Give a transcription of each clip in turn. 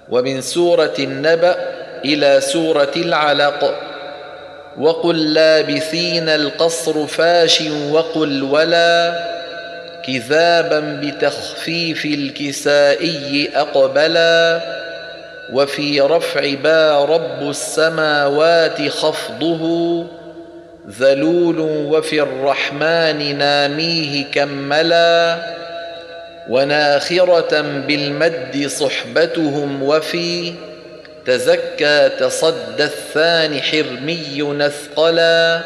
ومن سورة النبأ إلى سورة العلق. وقل لابثين القصر فاش وقل ولا كذابا بتخفيف الكسائي أقبلا. وفي رفع با رب السماوات خفضه ذلول وفي الرحمن ناميه كملا. وناخرة بالمد صحبتهم وفي تزكى تصدى الثاني حرمي نثقلا.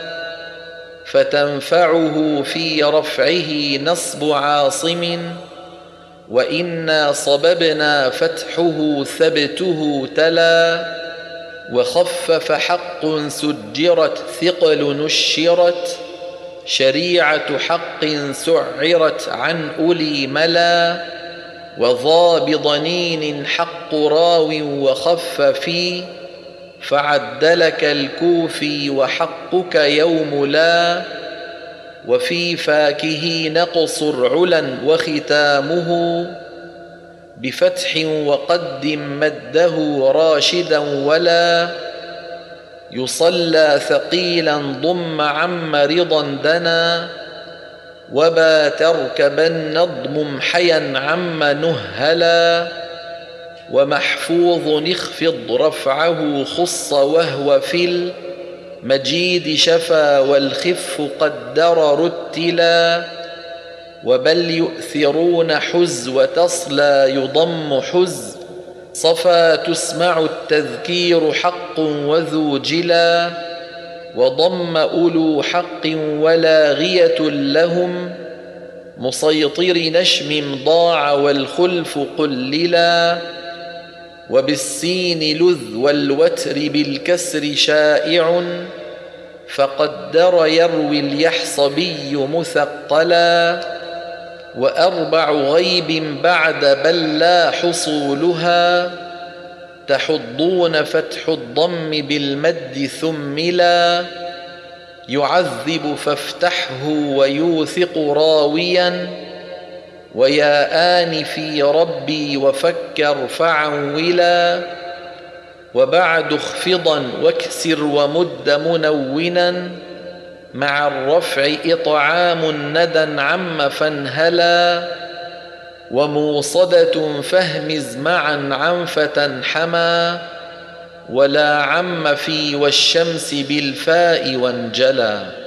فتنفعه في رفعه نصب عاصم وإنا صببنا فتحه ثبته تلا. وخفف حق سجرت ثقل نشرت شريعة حق سعرت عن أولي ملا. وضا بضنين حق راو وخف في فعدلك الكوفي وحقك يوم لا. وفي فاكه نقصر علا وختامه بفتح وقدم مده راشدا ولا. يصلى ثقيلا ضم عم رضا دنا وبا تركبن نضم حيا عم نهلا. ومحفوظ اخفض رفعه خص وهو في المجيد شفا والخف قدر رتلا. وبل يؤثرون حز وتصلى يضم حز صفا تسمع التذكير حق وذو جلا. وضم أولو حق ولاغية لهم مسيطر نشم ضاع والخلف قللا. وبالسين لذ والوتر بالكسر شائع فقدر يروي اليحصبي مثقلا. وأربع غيب بعد بل لا حصولها تحضون فتح الضم بالمد ثملا. يعذب فافتحه ويوثق راويا ويا في ربي وفكر فعولا. وبعد اخفضا واكسر ومد منونا مع الرفع إطعام ندى عم فانهلا. وموصدة فاهمز معا عنفة حما ولا عم في والشمس بالفاء وانجلا.